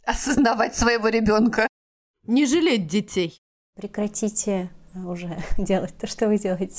осознавать своего ребенка. Не жалеть детей. Прекратите уже делать то, что вы делаете.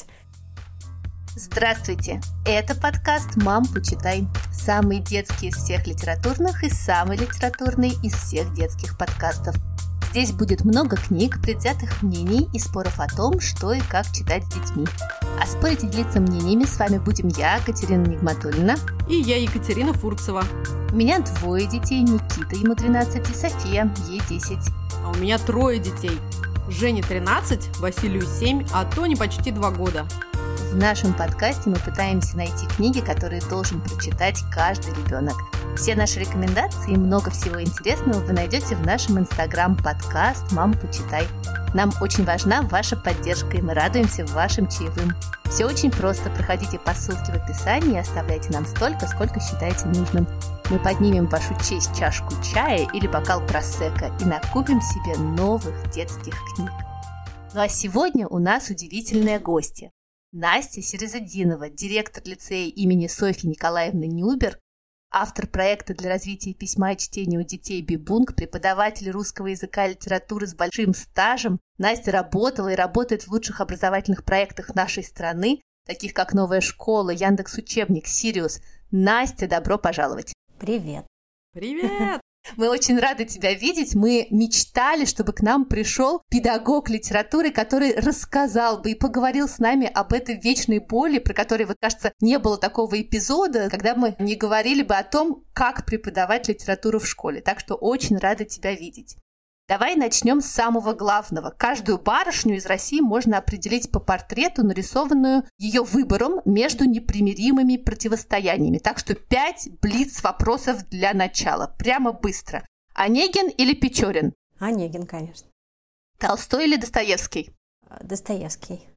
Здравствуйте! Это подкаст «Мам, почитай». Самый детский из всех литературных и самый литературный из всех детских подкастов. Здесь будет много книг, предвзятых мнений и споров о том, что и как читать с детьми. А спорить и делиться мнениями с вами будем я, Катерина Нигматуллина. И я, Екатерина Фурцева. У меня 2 детей, Никита, ему 13, и София, ей 10. А у меня 3 детей. Жене 13, Василию 7, а Тоне почти 2 года. В нашем подкасте мы пытаемся найти книги, которые должен прочитать каждый ребенок. Все наши рекомендации и много всего интересного вы найдете в нашем инстаграм-подкаст «Мам, почитай». Нам очень важна ваша поддержка, и мы радуемся вашим чаевым. Все очень просто. Проходите по ссылке в описании и оставляйте нам столько, сколько считаете нужным. Мы поднимем в вашу честь чашку чая или бокал просекко и накупим себе новых детских книг. Ну а сегодня у нас удивительные гости. Настя Серезадинова, директор лицея имени Софьи Николаевны Нюберг, автор проекта для развития письма и чтения у детей «Бибунг», преподаватель русского языка и литературы с большим стажем. Настя работала и работает в лучших образовательных проектах нашей страны, таких как «Новая школа», «Яндекс.Учебник», «Сириус». Настя, добро пожаловать! Привет! Привет! Мы очень рады тебя видеть. Мы мечтали, чтобы к нам пришел педагог литературы, который рассказал бы и поговорил с нами об этой вечной боли, про которую, вот, кажется, не было такого эпизода, когда мы не говорили бы о том, как преподавать литературу в школе. Так что очень рада тебя видеть. Давай начнем с самого главного. Каждую барышню из России можно определить по портрету, нарисованную ее выбором между непримиримыми противостояниями. Так что 5 блиц-вопросов для начала. Прямо быстро. Онегин или Печорин? Онегин, конечно. Толстой или Достоевский? Достоевский.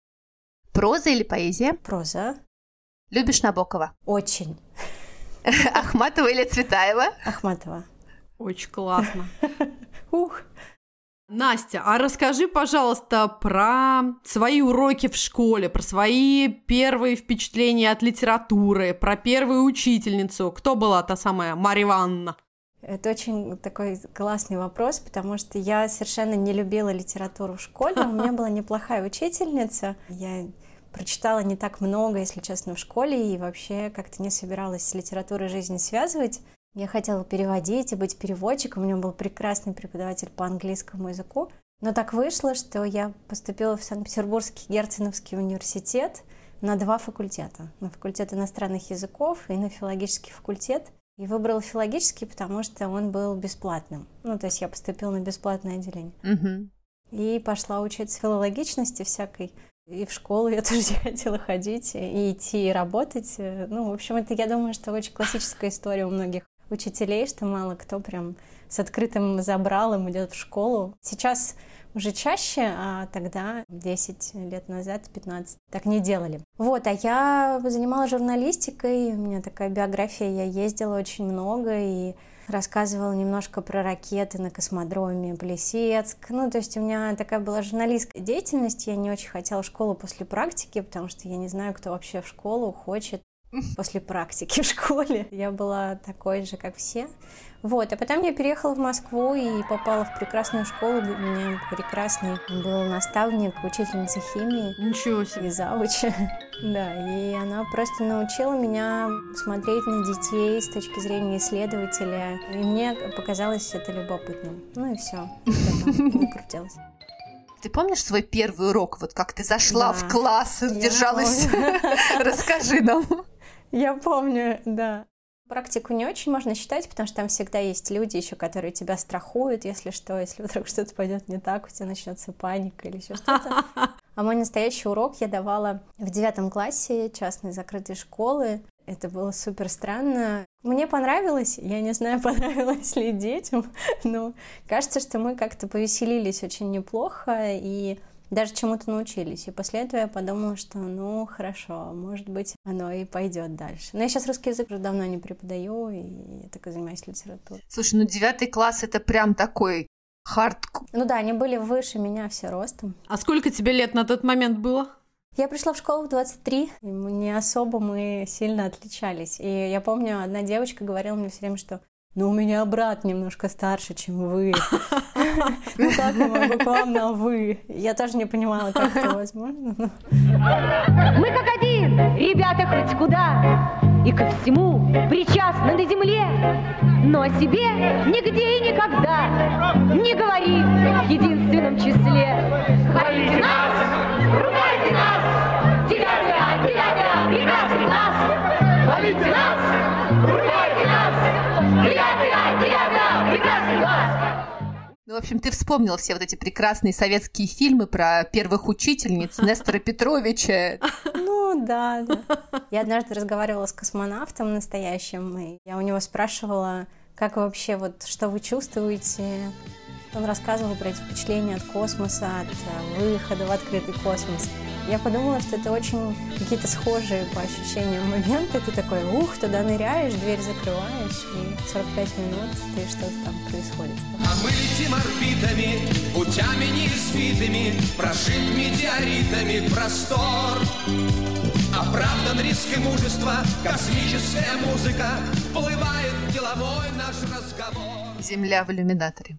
Проза или поэзия? Проза. Любишь Набокова? Очень. Ахматова или Цветаева? Ахматова. Очень классно. Ух. Настя, а расскажи, пожалуйста, про свои уроки в школе, про свои первые впечатления от литературы, про первую учительницу. Кто была та самая Марья Ивановна? Это очень такой классный вопрос, потому что я совершенно не любила литературу в школе. У меня была неплохая учительница. Я прочитала не так много, если честно, в школе, и вообще как-то не собиралась с литературой жизни связывать. Я хотела переводить и быть переводчиком. У меня был прекрасный преподаватель по английскому языку. Но так вышло, что я поступила в Санкт-Петербургский Герценовский университет на 2 факультета. На факультет иностранных языков и на филологический факультет. И выбрала филологический, потому что он был бесплатным. Ну, то есть я поступила на бесплатное отделение. И пошла учиться филологичности всякой. И в школу я тоже не хотела ходить, и идти, и работать. Ну, в общем, это, я думаю, что очень классическая история у многих учителей, что мало кто прям с открытым забралом идет в школу. Сейчас уже чаще, а тогда, 10 лет назад, 15, так не делали. Вот, а я занималась журналистикой, у меня такая биография, я ездила очень много и рассказывала немножко про ракеты на космодроме Плесецк. Ну, то есть у меня такая была журналистская деятельность, я не очень хотела в школу после практики, потому что я не знаю, кто вообще в школу хочет после практики в школе. Я была такой же, как все. Вот, а потом я переехала в Москву и попала в прекрасную школу. У меня прекрасный был наставник, учительница химии. Ничего себе. И завуча. Да, и она просто научила меня смотреть на детей с точки зрения исследователя. И мне показалось это любопытным. Ну и все. Выкрутилась. Ты помнишь свой первый урок? Вот как ты зашла в класс, держалась? Расскажи нам. Я помню, да. Практику не очень можно считать, потому что там всегда есть люди еще, которые тебя страхуют, если что, если вдруг что-то пойдет не так, у тебя начнется паника или еще что-то. А мой настоящий урок я давала в 9 классе частной закрытой школы. Это было супер странно. Мне понравилось, я не знаю, понравилось ли детям, но кажется, что мы как-то повеселились очень неплохо и даже чему-то научились. И после этого я подумала, что ну хорошо, может быть, оно и пойдет дальше. Но я сейчас русский язык уже давно не преподаю, и я так и занимаюсь литературой. Слушай, ну 9 класс это прям такой хардкор. Ну да, они были выше меня все ростом. А сколько тебе лет на тот момент было? Я пришла в школу в 23, и не особо мы сильно отличались. И я помню, одна девочка говорила мне все время, что ну, у меня брат немножко старше, чем вы. Ну, как я могу к вам на «вы»? Я тоже не понимала, как это возможно. Мы как один, ребята, хоть куда, и ко всему причастны на земле, но о себе нигде и никогда не говори в единственном числе. Хвалите нас, ругайте нас, тебя, прекрасный класс. Хвалите нас, ругайте нас, тебя, прекрасный класс. Ну, в общем, ты вспомнила все вот эти прекрасные советские фильмы про первых учительниц Нестора Петровича. Ну, да. Я однажды разговаривала с космонавтом настоящим, и я у него спрашивала, как вообще, вот, что вы чувствуете. Он рассказывал про эти впечатления от космоса, от выхода в открытый космос. Я подумала, что это очень какие-то схожие по ощущениям моменты. Ты такой, туда ныряешь, дверь закрываешь, и 45 минут ты что-то там происходит. А мы летим орбитами, путями неизвитыми, прошит метеоритами простор. Оправдан риск и мужество, космическая музыка вплывает в деловой наш разговор. Земля в иллюминаторе.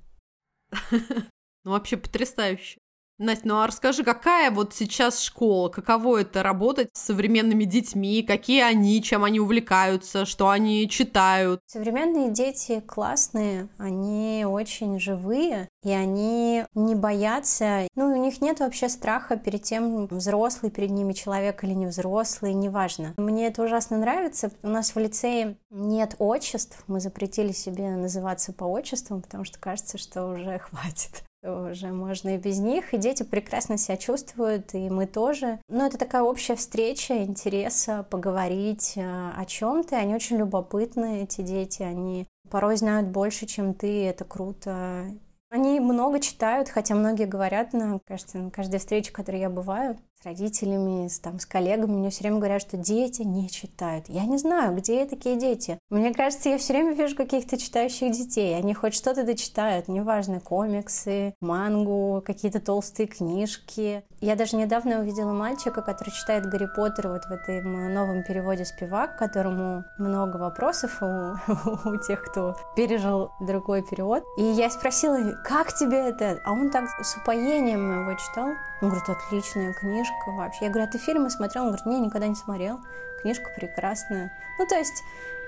Ну, вообще потрясающе. Настя, ну а расскажи, какая вот сейчас школа, каково это работать с современными детьми, какие они, чем они увлекаются, что они читают? Современные дети классные, они очень живые, и они не боятся, у них нет вообще страха перед тем, взрослый перед ними человек или не взрослый, неважно. Мне это ужасно нравится. У нас в лицее нет отчеств, мы запретили себе называться по отчествам, потому что кажется, что уже хватит. Уже можно и без них, и дети прекрасно себя чувствуют, и мы тоже. Но это такая общая встреча, интереса, поговорить о чем-то. Они очень любопытны, эти дети, они порой знают больше, чем ты, это круто. Они много читают, хотя многие говорят, кажется, на каждой встрече, в которой я бываю, с родителями, с коллегами, мне все время говорят, что дети не читают. Я не знаю, где такие дети. Мне кажется, я все время вижу каких-то читающих детей. Они хоть что-то дочитают, неважно, комиксы, мангу, какие-то толстые книжки. Я даже недавно увидела мальчика, который читает «Гарри Поттер» вот в этом новом переводе «Спивак», которому много вопросов у тех, кто пережил другой перевод. И я спросила, как тебе это? А он так с упоением его читал. Он говорит, отличная книжка вообще. Я говорю, а ты фильмы смотрел? Он говорит, не, никогда не смотрел. Книжка прекрасная. То есть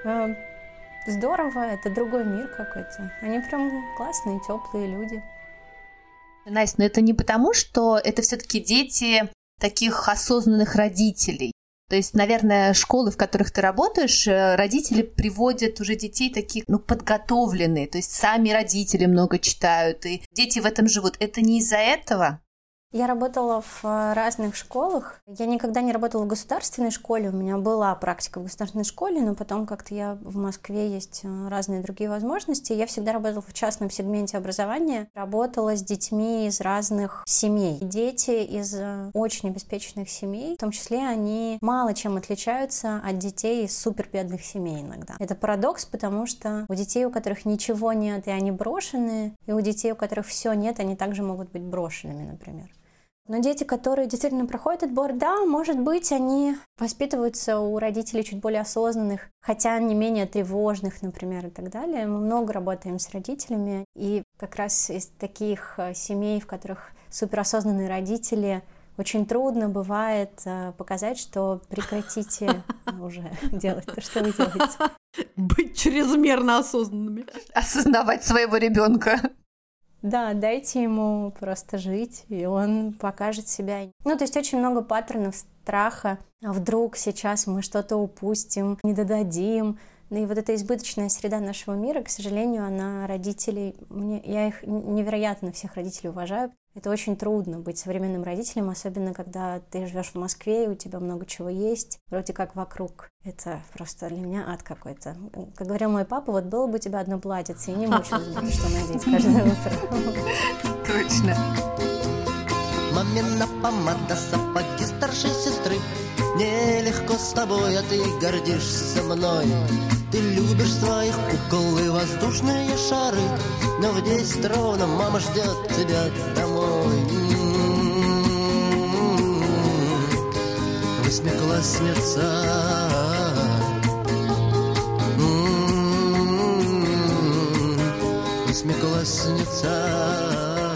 здорово, это другой мир какой-то. Они прям классные, теплые люди. Настя, но это не потому, что это все-таки дети таких осознанных родителей. То есть, наверное, школы, в которых ты работаешь, родители приводят уже детей таких, подготовленные. То есть сами родители много читают, и дети в этом живут. Это не из-за этого? Я работала в разных школах. Я никогда не работала в государственной школе. У меня была практика в государственной школе, но потом как-то в Москве есть разные другие возможности. Я всегда работала в частном сегменте образования. Работала с детьми из разных семей. Дети из очень обеспеченных семей, в том числе, они мало чем отличаются от детей из супербедных семей иногда. Это парадокс, потому что у детей, у которых ничего нет, и они брошены, и у детей, у которых все нет, они также могут быть брошенными, например. Но дети, которые действительно проходят отбор, да, может быть, они воспитываются у родителей чуть более осознанных, хотя не менее тревожных, например, и так далее. Мы много работаем с родителями, и как раз из таких семей, в которых суперосознанные родители, очень трудно бывает показать, что прекратите уже делать то, что вы делаете. Быть чрезмерно осознанными. Осознавать своего ребенка. Да, дайте ему просто жить, и он покажет себя. То есть очень много паттернов страха. А вдруг сейчас мы что-то упустим, не додадим. И вот эта избыточная среда нашего мира, к сожалению, она родителей... Я их невероятно, всех родителей уважаю. Это очень трудно быть современным родителем, особенно когда ты живешь в Москве, и у тебя много чего есть, вроде как вокруг. Это просто для меня ад какой-то. Как говорил мой папа, вот было бы у тебя одно платьице, и не мучилась бы, что надеть каждое утро. Точно. Мамина помада, сапоги старшей сестры. Нелегко с тобой, а ты гордишься мной. Ты любишь своих кукол и воздушные шары, но в 10 ровно мама ждет тебя домой. Восьмиклассница. восьмиклассница.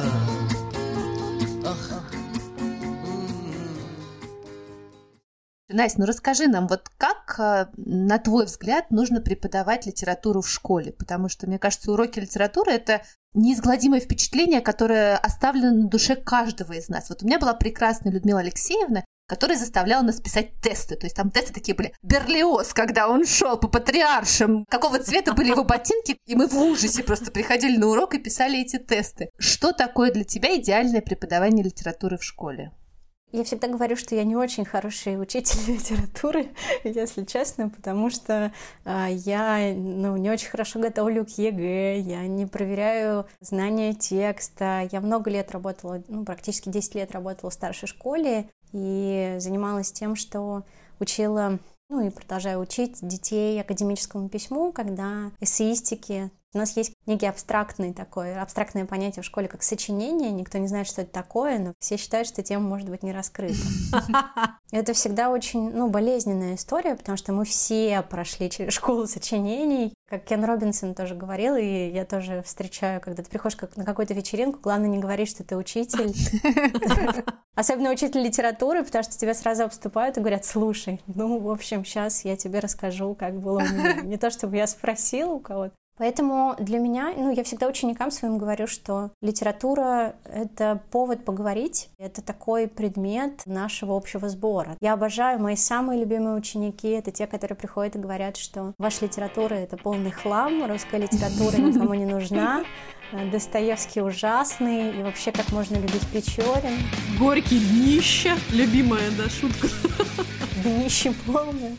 Настя, ну расскажи нам, вот как, на твой взгляд, нужно преподавать литературу в школе? Потому что, мне кажется, уроки литературы — это неизгладимое впечатление, которое оставлено на душе каждого из нас. Вот у меня была прекрасная Людмила Алексеевна, которая заставляла нас писать тесты. То есть там тесты такие были. Берлиоз, когда он шел по Патриаршим, какого цвета были его ботинки, и мы в ужасе просто приходили на урок и писали эти тесты. Что такое для тебя идеальное преподавание литературы в школе? Я всегда говорю, что я не очень хороший учитель литературы, если честно, потому что я не очень хорошо готовлю к ЕГЭ, я не проверяю знания текста. Я много лет работала, практически 10 лет работала в старшей школе и занималась тем, что учила, и продолжаю учить детей академическому письму, когда эссеистики. У нас есть некий абстрактное понятие в школе, как сочинение. Никто не знает, что это такое, но все считают, что тема может быть не раскрыта. Это всегда очень, болезненная история, потому что мы все прошли через школу сочинений. Как Кен Робинсон тоже говорил, и я тоже встречаю, когда ты приходишь на какую-то вечеринку, главное не говорить, что ты учитель. Особенно учитель литературы, потому что тебя сразу обступают и говорят: слушай, в общем, сейчас я тебе расскажу, как было у меня. Не то, чтобы я спросила у кого-то. Поэтому для меня, я всегда ученикам своим говорю, что литература — это повод поговорить, это такой предмет нашего общего сбора. Я обожаю, мои самые любимые ученики — это те, которые приходят и говорят, что ваша литература — это полный хлам, русская литература никому не нужна, Достоевский ужасный, и вообще как можно любить Печорин. Горький днище, любимая, шутка. Днище полное.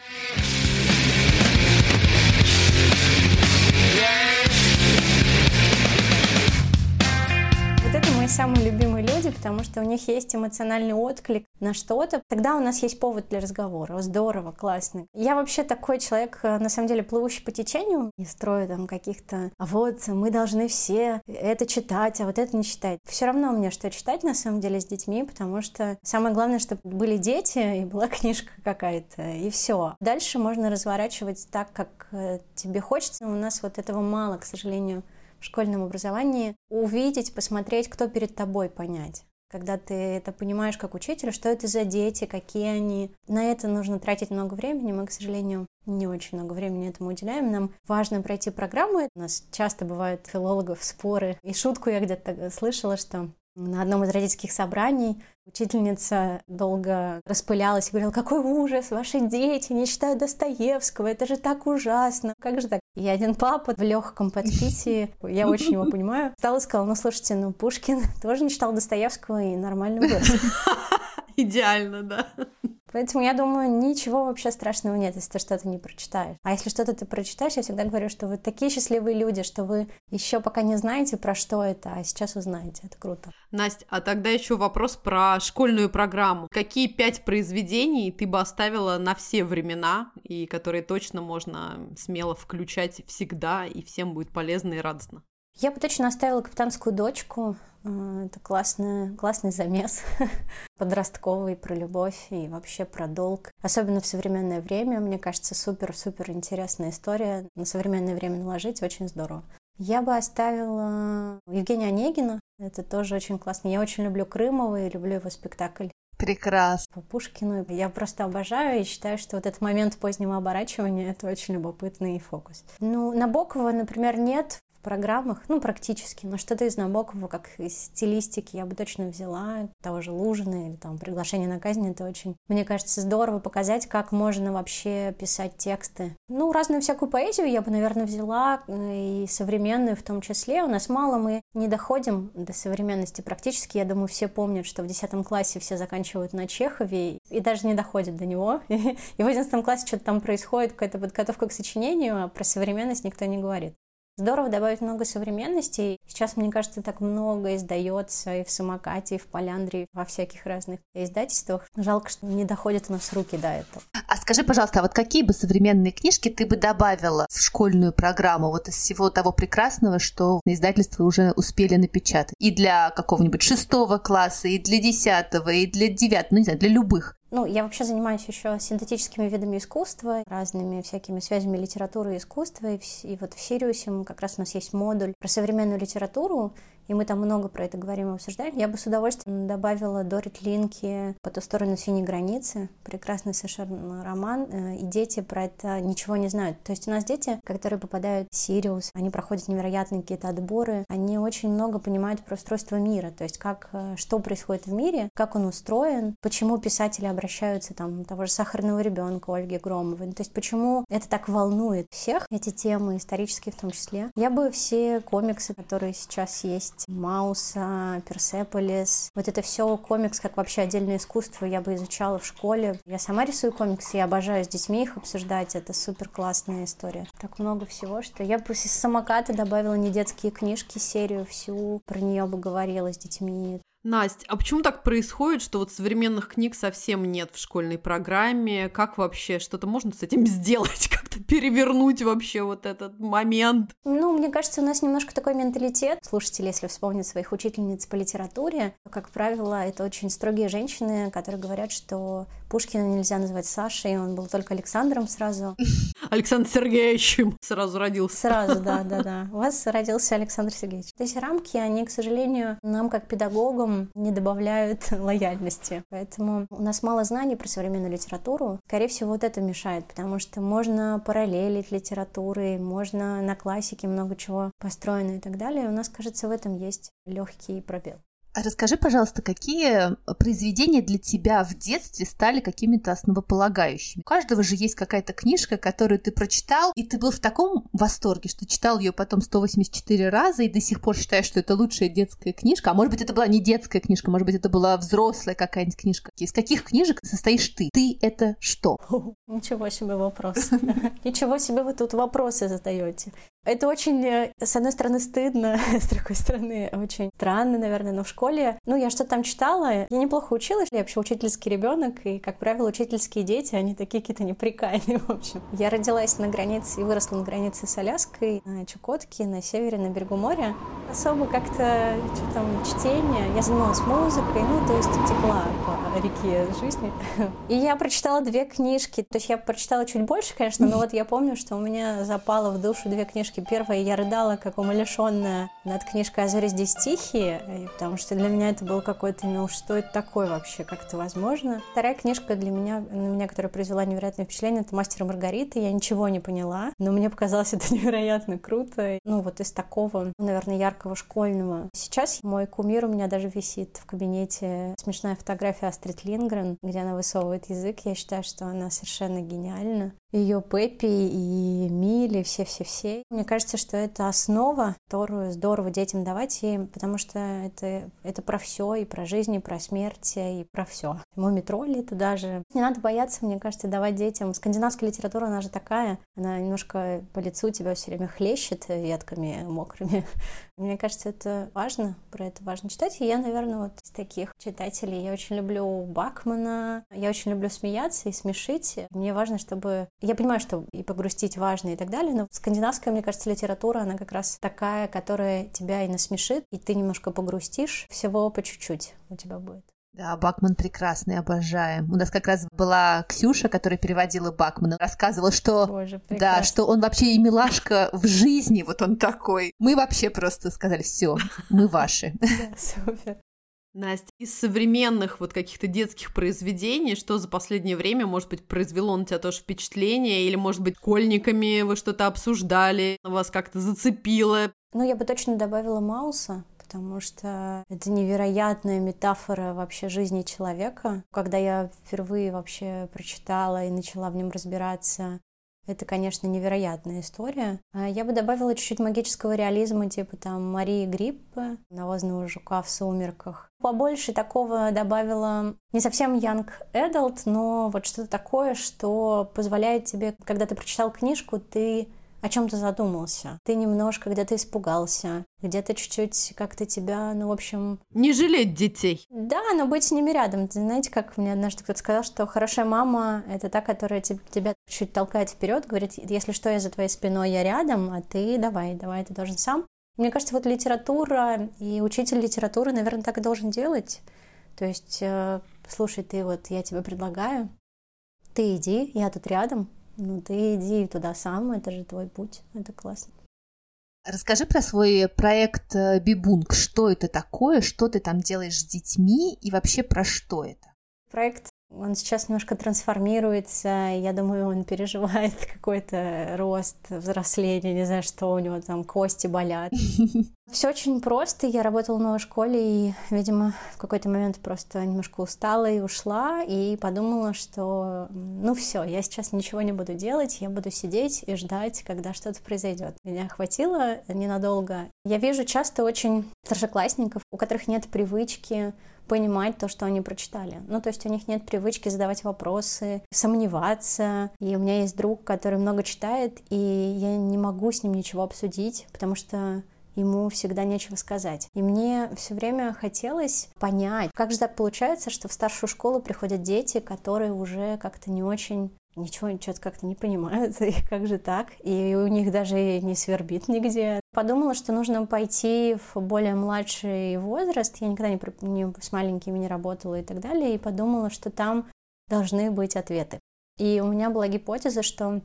Вот это мои самые любимые люди, потому что у них есть эмоциональный отклик на что-то. Тогда у нас есть повод для разговора. Здорово, классно. Я вообще такой человек, на самом деле, плывущий по течению. Не строю там каких-то, мы должны все это читать, а вот это не читать. Все равно мне что читать, на самом деле, с детьми, потому что самое главное, чтобы были дети и была книжка какая-то, и все. Дальше можно разворачивать так, как тебе хочется. У нас вот этого мало, к сожалению, в школьном образовании. Увидеть, посмотреть, кто перед тобой, понять. Когда ты это понимаешь как учитель, что это за дети, какие они. На это нужно тратить много времени. Мы, к сожалению, не очень много времени этому уделяем. Нам важно пройти программу. У нас часто бывают филологов споры. И шутку я где-то слышала, что на одном из родительских собраний учительница долго распылялась и говорила: какой ужас, ваши дети не читают Достоевского, это же так ужасно, как же так? И один папа в легком подпитии, я очень его понимаю, встал и сказал: слушайте, Пушкин тоже не читал Достоевского и нормально был. Идеально, да. Поэтому я думаю, ничего вообще страшного нет, если ты что-то не прочитаешь. А если что-то ты прочитаешь, я всегда говорю, что вы такие счастливые люди, что вы еще пока не знаете, про что это, а сейчас узнаете. Это круто. Настя, а тогда еще вопрос про школьную программу. Какие 5 произведений ты бы оставила на все времена, и которые точно можно смело включать всегда, и всем будет полезно и радостно? Я бы точно оставила «Капитанскую дочку». Это классный замес подростковый про любовь и вообще про долг. Особенно в современное время, мне кажется, супер-супер интересная история. На современное время наложить очень здорово. Я бы оставила Евгения Онегина. Это тоже очень классно. Я очень люблю Крымова и люблю его спектакль. Прекрасно. По Пушкину. Я просто обожаю и считаю, что вот этот момент позднего оборачивания — это очень любопытный фокус. Набокова, например, нет в программах, практически, но что-то из Набокова, как из стилистики, я бы точно взяла, того же Лужина или там «Приглашение на казнь». Это очень, мне кажется, здорово показать, как можно вообще писать тексты. Разную всякую поэзию я бы, наверное, взяла, и современную в том числе. У нас мало, мы не доходим до современности практически. Я думаю, все помнят, что в 10 классе все заканчивают на Чехове и даже не доходят до него. И в 11 классе что-то там происходит, какая-то подготовка к сочинению, а про современность никто не говорит. Здорово добавить много современности. Сейчас, мне кажется, так много издается и в «Самокате», и в «Поляндре», и во всяких разных издательствах. Жалко, что не доходят у нас руки до этого. А скажи, пожалуйста, вот какие бы современные книжки ты бы добавила в школьную программу вот из всего того прекрасного, что издательства уже успели напечатать? И для какого-нибудь 6 класса, и для 10, и для 9, для любых. Я вообще занимаюсь еще синтетическими видами искусства, разными всякими связями литературы и искусства. И вот в Сириусе как раз у нас есть модуль про современную литературу, и мы там много про это говорим и обсуждаем. Я бы с удовольствием добавила Дорит Линки «По ту сторону синей границы». Прекрасный совершенно роман, и дети про это ничего не знают. То есть у нас дети, которые попадают в Сириус, они проходят невероятные какие-то отборы, они очень много понимают про устройство мира, то есть что происходит в мире, как он устроен, почему писатели обращаются, того же «Сахарного ребенка» Ольги Громовой, то есть почему это так волнует всех, эти темы, исторические в том числе. Я бы все комиксы, которые сейчас есть, Мауса, Персеполис, вот это все комикс как вообще отдельное искусство, я бы изучала в школе. Я сама рисую комиксы, я обожаю с детьми их обсуждать, это супер классная история. Так много всего, что я бы из «Самоката» добавила не детские книжки, серию всю, про нее бы говорила с детьми. Настя, а почему так происходит, что вот современных книг совсем нет в школьной программе? Как вообще что-то можно с этим сделать? Как-то перевернуть вообще вот этот момент? Мне кажется, у нас немножко такой менталитет. Слушатели, если вспомнят своих учительниц по литературе, то, как правило, это очень строгие женщины, которые говорят, что Пушкина нельзя называть Сашей, он был только Александром сразу. Александр Сергеевичем сразу родился. Сразу, да. У вас родился Александр Сергеевич. Эти рамки, они, к сожалению, нам, как педагогам, не добавляют лояльности. Поэтому у нас мало знаний про современную литературу. Скорее всего, вот это мешает, потому что можно параллелить литературы, можно на классике много чего построено и так далее. У нас, кажется, в этом есть легкий пробел. А расскажи, пожалуйста, какие произведения для тебя в детстве стали какими-то основополагающими? У каждого же есть какая-то книжка, которую ты прочитал, и ты был в таком восторге, что читал ее потом 184 раза и до сих пор считаешь, что это лучшая детская книжка. А может быть, это была не детская книжка, может быть, это была взрослая какая-нибудь книжка. Из каких книжек состоишь ты? Ты — это что? Ничего себе вопрос. Ничего себе вы тут вопросы задаете. Это очень, с одной стороны, стыдно, с другой стороны, очень странно, наверное, но в школе, я что-то там читала, я неплохо училась, я вообще учительский ребенок, и, как правило, учительские дети, они такие какие-то неприкаянные, в общем. Я родилась на границе и выросла на границе с Аляской, на Чукотке, на севере, на берегу моря. Особо как-то, чтение, я занималась музыкой, то есть текла по реке жизни. И я прочитала 2 книжки, то есть я прочитала чуть больше, конечно, но вот я помню, что у меня запало в душу 2 книжки. Первая, я рыдала, как умалишенная, над книжкой «А зори здесь тихие», потому что для меня это был какой-то, что это такое вообще, как это возможно. Вторая книжка на меня, которая произвела невероятное впечатление, это «Мастер и Маргарита». Я ничего не поняла, но мне показалось это невероятно круто. Вот из такого, наверное, яркого школьного. Сейчас мой кумир у меня даже висит в кабинете. Смешная фотография Астрид Линдгрен, где она высовывает язык. Я считаю, что она совершенно гениальна. Ее Пеппи и Милли, все-все-все. Мне кажется, что это основа, которую здорово детям давать, потому что это про все, и про жизнь, и про смерть, и про все. Мумий-тролли это даже. Не надо бояться, мне кажется, давать детям. Скандинавская литература, она же такая, она немножко по лицу тебя все время хлещет ветками мокрыми. Мне кажется, это важно, про это важно читать. И я, наверное, вот из таких читателей. Я очень люблю Бакмана, я очень люблю смеяться и смешить. Мне важно, чтобы... Я понимаю, что и погрустить важно и так далее, но скандинавская, мне кажется, литература, она как раз такая, которая тебя и насмешит, и ты немножко погрустишь, всего по чуть-чуть у тебя будет. Да, Бакман прекрасный, обожаем. У нас как раз была Ксюша, которая переводила Бакмана, рассказывала, что, Боже, да, что он вообще и милашка в жизни, вот он такой. Мы вообще просто сказали: все, мы ваши. Да, супер. Настя, из современных вот каких-то детских произведений, что за последнее время, может быть, произвело на тебя тоже впечатление, или, может быть, школьниками вы что-то обсуждали, вас как-то зацепило? Я бы точно добавила Мауса, потому что это невероятная метафора вообще жизни человека. Когда я впервые вообще прочитала и начала в нем разбираться, это, конечно, невероятная история. Я бы добавила чуть-чуть магического реализма, типа там Марии Гриппе, «Навозного жука в сумерках». Побольше такого добавила не совсем young adult, но вот что-то такое, что позволяет тебе, когда ты прочитал книжку, ты о чем-то задумался. Ты немножко где-то испугался, где-то чуть-чуть как-то тебя, в общем... Не жалеть детей. Да, но быть с ними рядом. Знаете, как мне однажды кто-то сказал, что хорошая мама — это та, которая тебя чуть толкает вперед, говорит: если что, я за твоей спиной, я рядом, а ты давай, ты должен сам. Мне кажется, вот литература и учитель литературы, наверное, так и должен делать. То есть, слушай, я тебе предлагаю, ты иди, я тут рядом, ты иди туда сам, это же твой путь, это классно. Расскажи про свой проект Бибунг. Что это такое, что ты там делаешь с детьми и вообще про что это? Проект, он сейчас немножко трансформируется, я думаю, он переживает какой-то рост, взросление, не знаю, что у него там, кости болят. Все очень просто, я работала в новой школе и, видимо, в какой-то момент просто немножко устала и ушла, и подумала, что все, я сейчас ничего не буду делать, я буду сидеть и ждать, когда что-то произойдет. Меня хватило ненадолго. Я вижу часто очень старшеклассников, у которых нет привычки понимать то, что они прочитали. То есть у них нет привычки задавать вопросы, сомневаться. И у меня есть друг, который много читает, и я не могу с ним ничего обсудить, потому что ему всегда нечего сказать. И мне все время хотелось понять, как же так получается, что в старшую школу приходят дети, которые уже как-то не очень ничего что-то как-то не понимают, и как же так? И у них даже не свербит нигде. Подумала, что нужно пойти в более младший возраст. Я никогда с маленькими не работала и так далее. И подумала, что там должны быть ответы. И у меня была гипотеза, что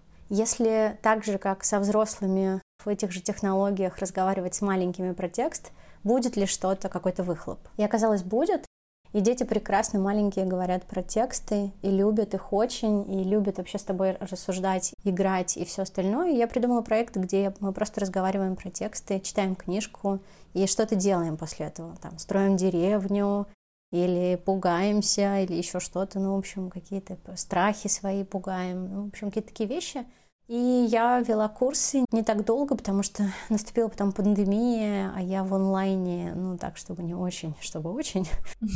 если так же, как со взрослыми в этих же технологиях разговаривать с маленькими про текст, будет ли что-то, какой-то выхлоп? И оказалось, будет. И дети прекрасно маленькие говорят про тексты, и любят их очень, и любят вообще с тобой рассуждать, играть и все остальное. И я придумала проект, где мы просто разговариваем про тексты, читаем книжку и что-то делаем после этого. Там, строим деревню, или пугаемся, или еще что-то. В общем, какие-то страхи свои пугаем. В общем, какие-то такие вещи. И я вела курсы не так долго, потому что наступила потом пандемия, а я в онлайне, так, чтобы не очень, чтобы очень.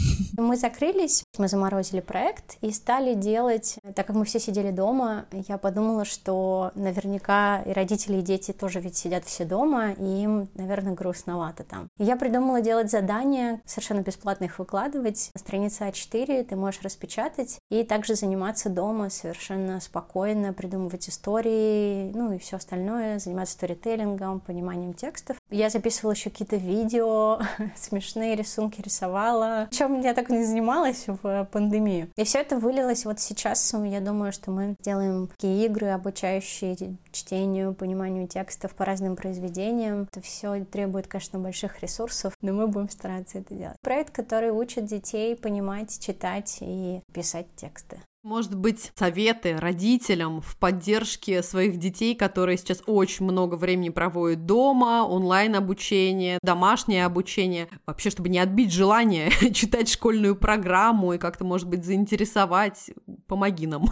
Мы закрылись, мы заморозили проект и стали делать, так как мы все сидели дома, я подумала, что наверняка и родители, и дети тоже ведь сидят все дома, и им, наверное, грустновато там. И я придумала делать задания, совершенно бесплатно их выкладывать. На странице А4 ты можешь распечатать и также заниматься дома совершенно спокойно, придумывать истории, и все остальное, заниматься сторителлингом, пониманием текстов. Я записывала еще какие-то видео, смешные рисунки рисовала. Чем я так не занималась в пандемию. И все это вылилось вот сейчас. Я думаю, что мы делаем такие игры, обучающие чтению, пониманию текстов по разным произведениям. Это все требует, конечно, больших ресурсов, но мы будем стараться это делать. Проект, который учит детей понимать, читать и писать тексты. Может быть, советы родителям в поддержке своих детей, которые сейчас очень много времени проводят дома, онлайн-обучение, домашнее обучение, вообще, чтобы не отбить желание читать школьную программу и как-то, может быть, заинтересовать, помоги нам.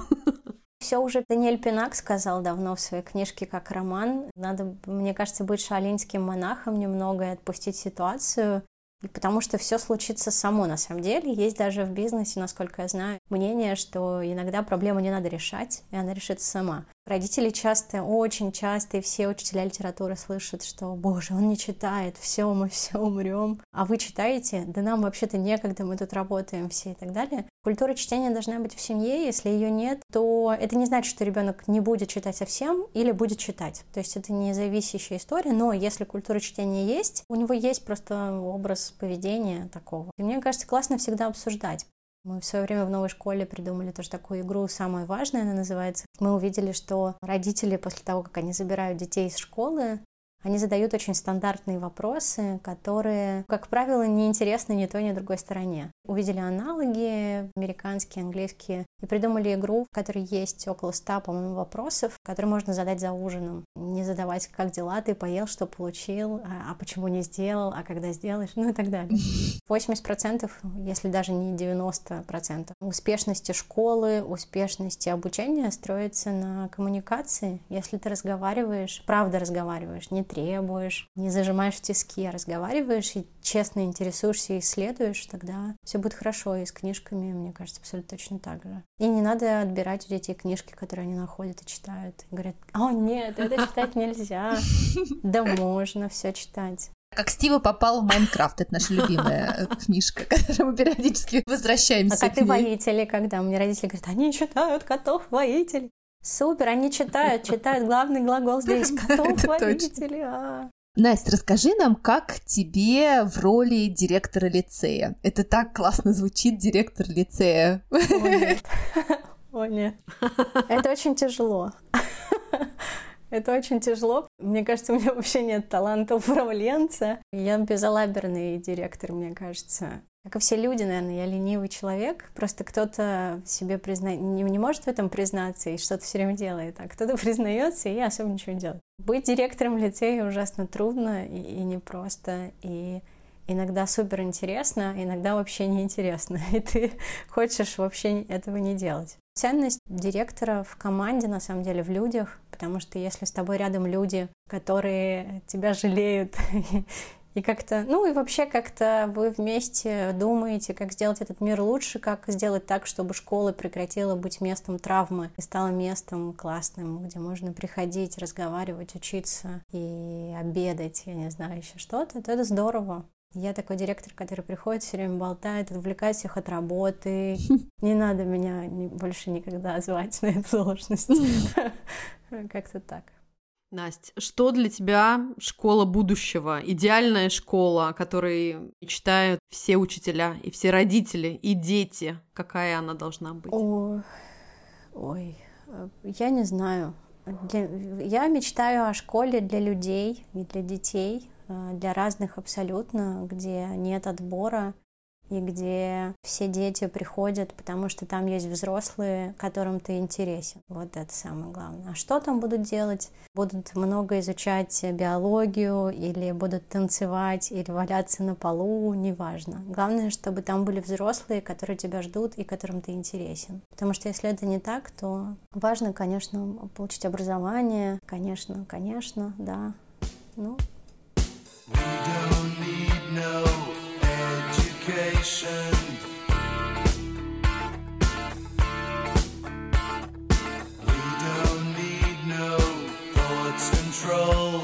Все уже Даниэль Пинак сказал давно в своей книжке как роман. Надо, мне кажется, быть шаолиньским монахом немного и отпустить ситуацию. И потому что все случится само на самом деле. Есть даже в бизнесе, насколько я знаю, мнение, что иногда проблему не надо решать, и она решится сама. Родители часто, очень часто, и все учителя литературы слышат, что, боже, он не читает, все, мы все умрем. А вы читаете? Да нам вообще-то некогда, мы тут работаем все и так далее. Культура чтения должна быть в семье. Если ее нет, то это не значит, что ребенок не будет читать совсем или будет читать. То есть это не зависящая история, но если культура чтения есть, у него есть просто образ поведения такого. И мне кажется, классно всегда обсуждать. Мы в свое время в новой школе придумали тоже такую игру «Самое важное», она называется. Мы увидели, что родители после того, как они забирают детей из школы, они задают очень стандартные вопросы, которые, как правило, не интересны ни той, ни другой стороне. Увидели аналоги американские, английские, и придумали игру, в которой есть около 100, по-моему, вопросов, которые можно задать за ужином. Не задавать, как дела, ты поел, что получил, а почему не сделал, а когда сделаешь, и так далее. 80%, если даже не 90%, успешности школы, успешности обучения строится на коммуникации. Если ты разговариваешь, правда разговариваешь, не требуешь, не зажимаешь в тиски, а разговариваешь и честно интересуешься и исследуешь, тогда все будет хорошо. И с книжками, мне кажется, абсолютно точно так же. И не надо отбирать у детей книжки, которые они находят и читают. И говорят: «О, нет, это читать нельзя». Да можно все читать. Как Стива попал в Майнкрафт. Это наша любимая книжка, которую мы периодически возвращаемся к ней. «Коты-воители», когда мне родители говорят: «Они читают котов-воителей». Супер, они читают главный глагол здесь. Котов-воители. Настя, расскажи нам, как тебе в роли директора лицея? Это так классно звучит, директор лицея. О, нет. Это очень тяжело. Это очень тяжело. Мне кажется, у меня вообще нет таланта управленца. Я безалаберный директор, мне кажется. Как и все люди, наверное, я ленивый человек. Просто кто-то себе не может в этом признаться и что-то все время делает, а кто-то признается и особо ничего не делает. Быть директором лицея ужасно трудно и непросто, и иногда супер интересно, иногда вообще неинтересно, и ты хочешь вообще этого не делать. Ценность директора в команде, на самом деле, в людях, потому что если с тобой рядом люди, которые тебя жалеют, и как-то, и вообще как-то вы вместе думаете, как сделать этот мир лучше, как сделать так, чтобы школа прекратила быть местом травмы и стала местом классным, где можно приходить, разговаривать, учиться и обедать, я не знаю, еще что-то, то это здорово. Я такой директор, который приходит, все время болтает, отвлекает всех от работы. Не надо меня больше никогда звать на эту должность. Как-то так. Настя, что для тебя школа будущего? Идеальная школа, о которой мечтают все учителя и все родители, и дети. Какая она должна быть? Ой, я не знаю. Я мечтаю о школе для людей и для детей, для разных абсолютно, где нет отбора и где все дети приходят, потому что там есть взрослые, которым ты интересен. Вот это самое главное. А что там будут делать? Будут много изучать биологию, или будут танцевать, или валяться на полу, неважно. Главное, чтобы там были взрослые, которые тебя ждут и которым ты интересен. Потому что если это не так, то важно, конечно, получить образование. Конечно, да. We don't need no education. We don't need no thoughts control.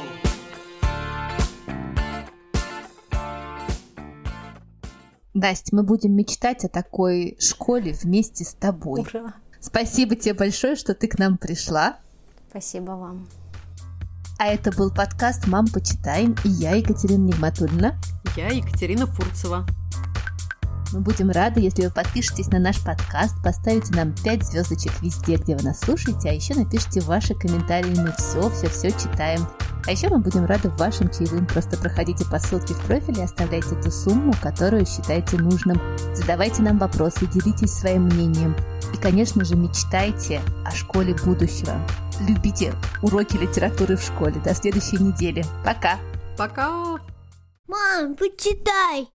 Настя, мы будем мечтать о такой школе вместе с тобой. Ура! Спасибо тебе большое, что ты к нам пришла. Спасибо вам. А это был подкаст «Мам, почитаем», и я, Екатерина Нигматульна. Я Екатерина Фурцева. Мы будем рады, если вы подпишетесь на наш подкаст, поставите нам 5 звездочек везде, где вы нас слушаете, а еще напишите ваши комментарии, мы все читаем. А еще мы будем рады вашим чаевым, просто проходите по ссылке в профиле и оставляйте ту сумму, которую считаете нужным. Задавайте нам вопросы, делитесь своим мнением. И, конечно же, мечтайте о школе будущего. Любите уроки литературы в школе. До следующей недели. Пока! Пока! Мам, почитай!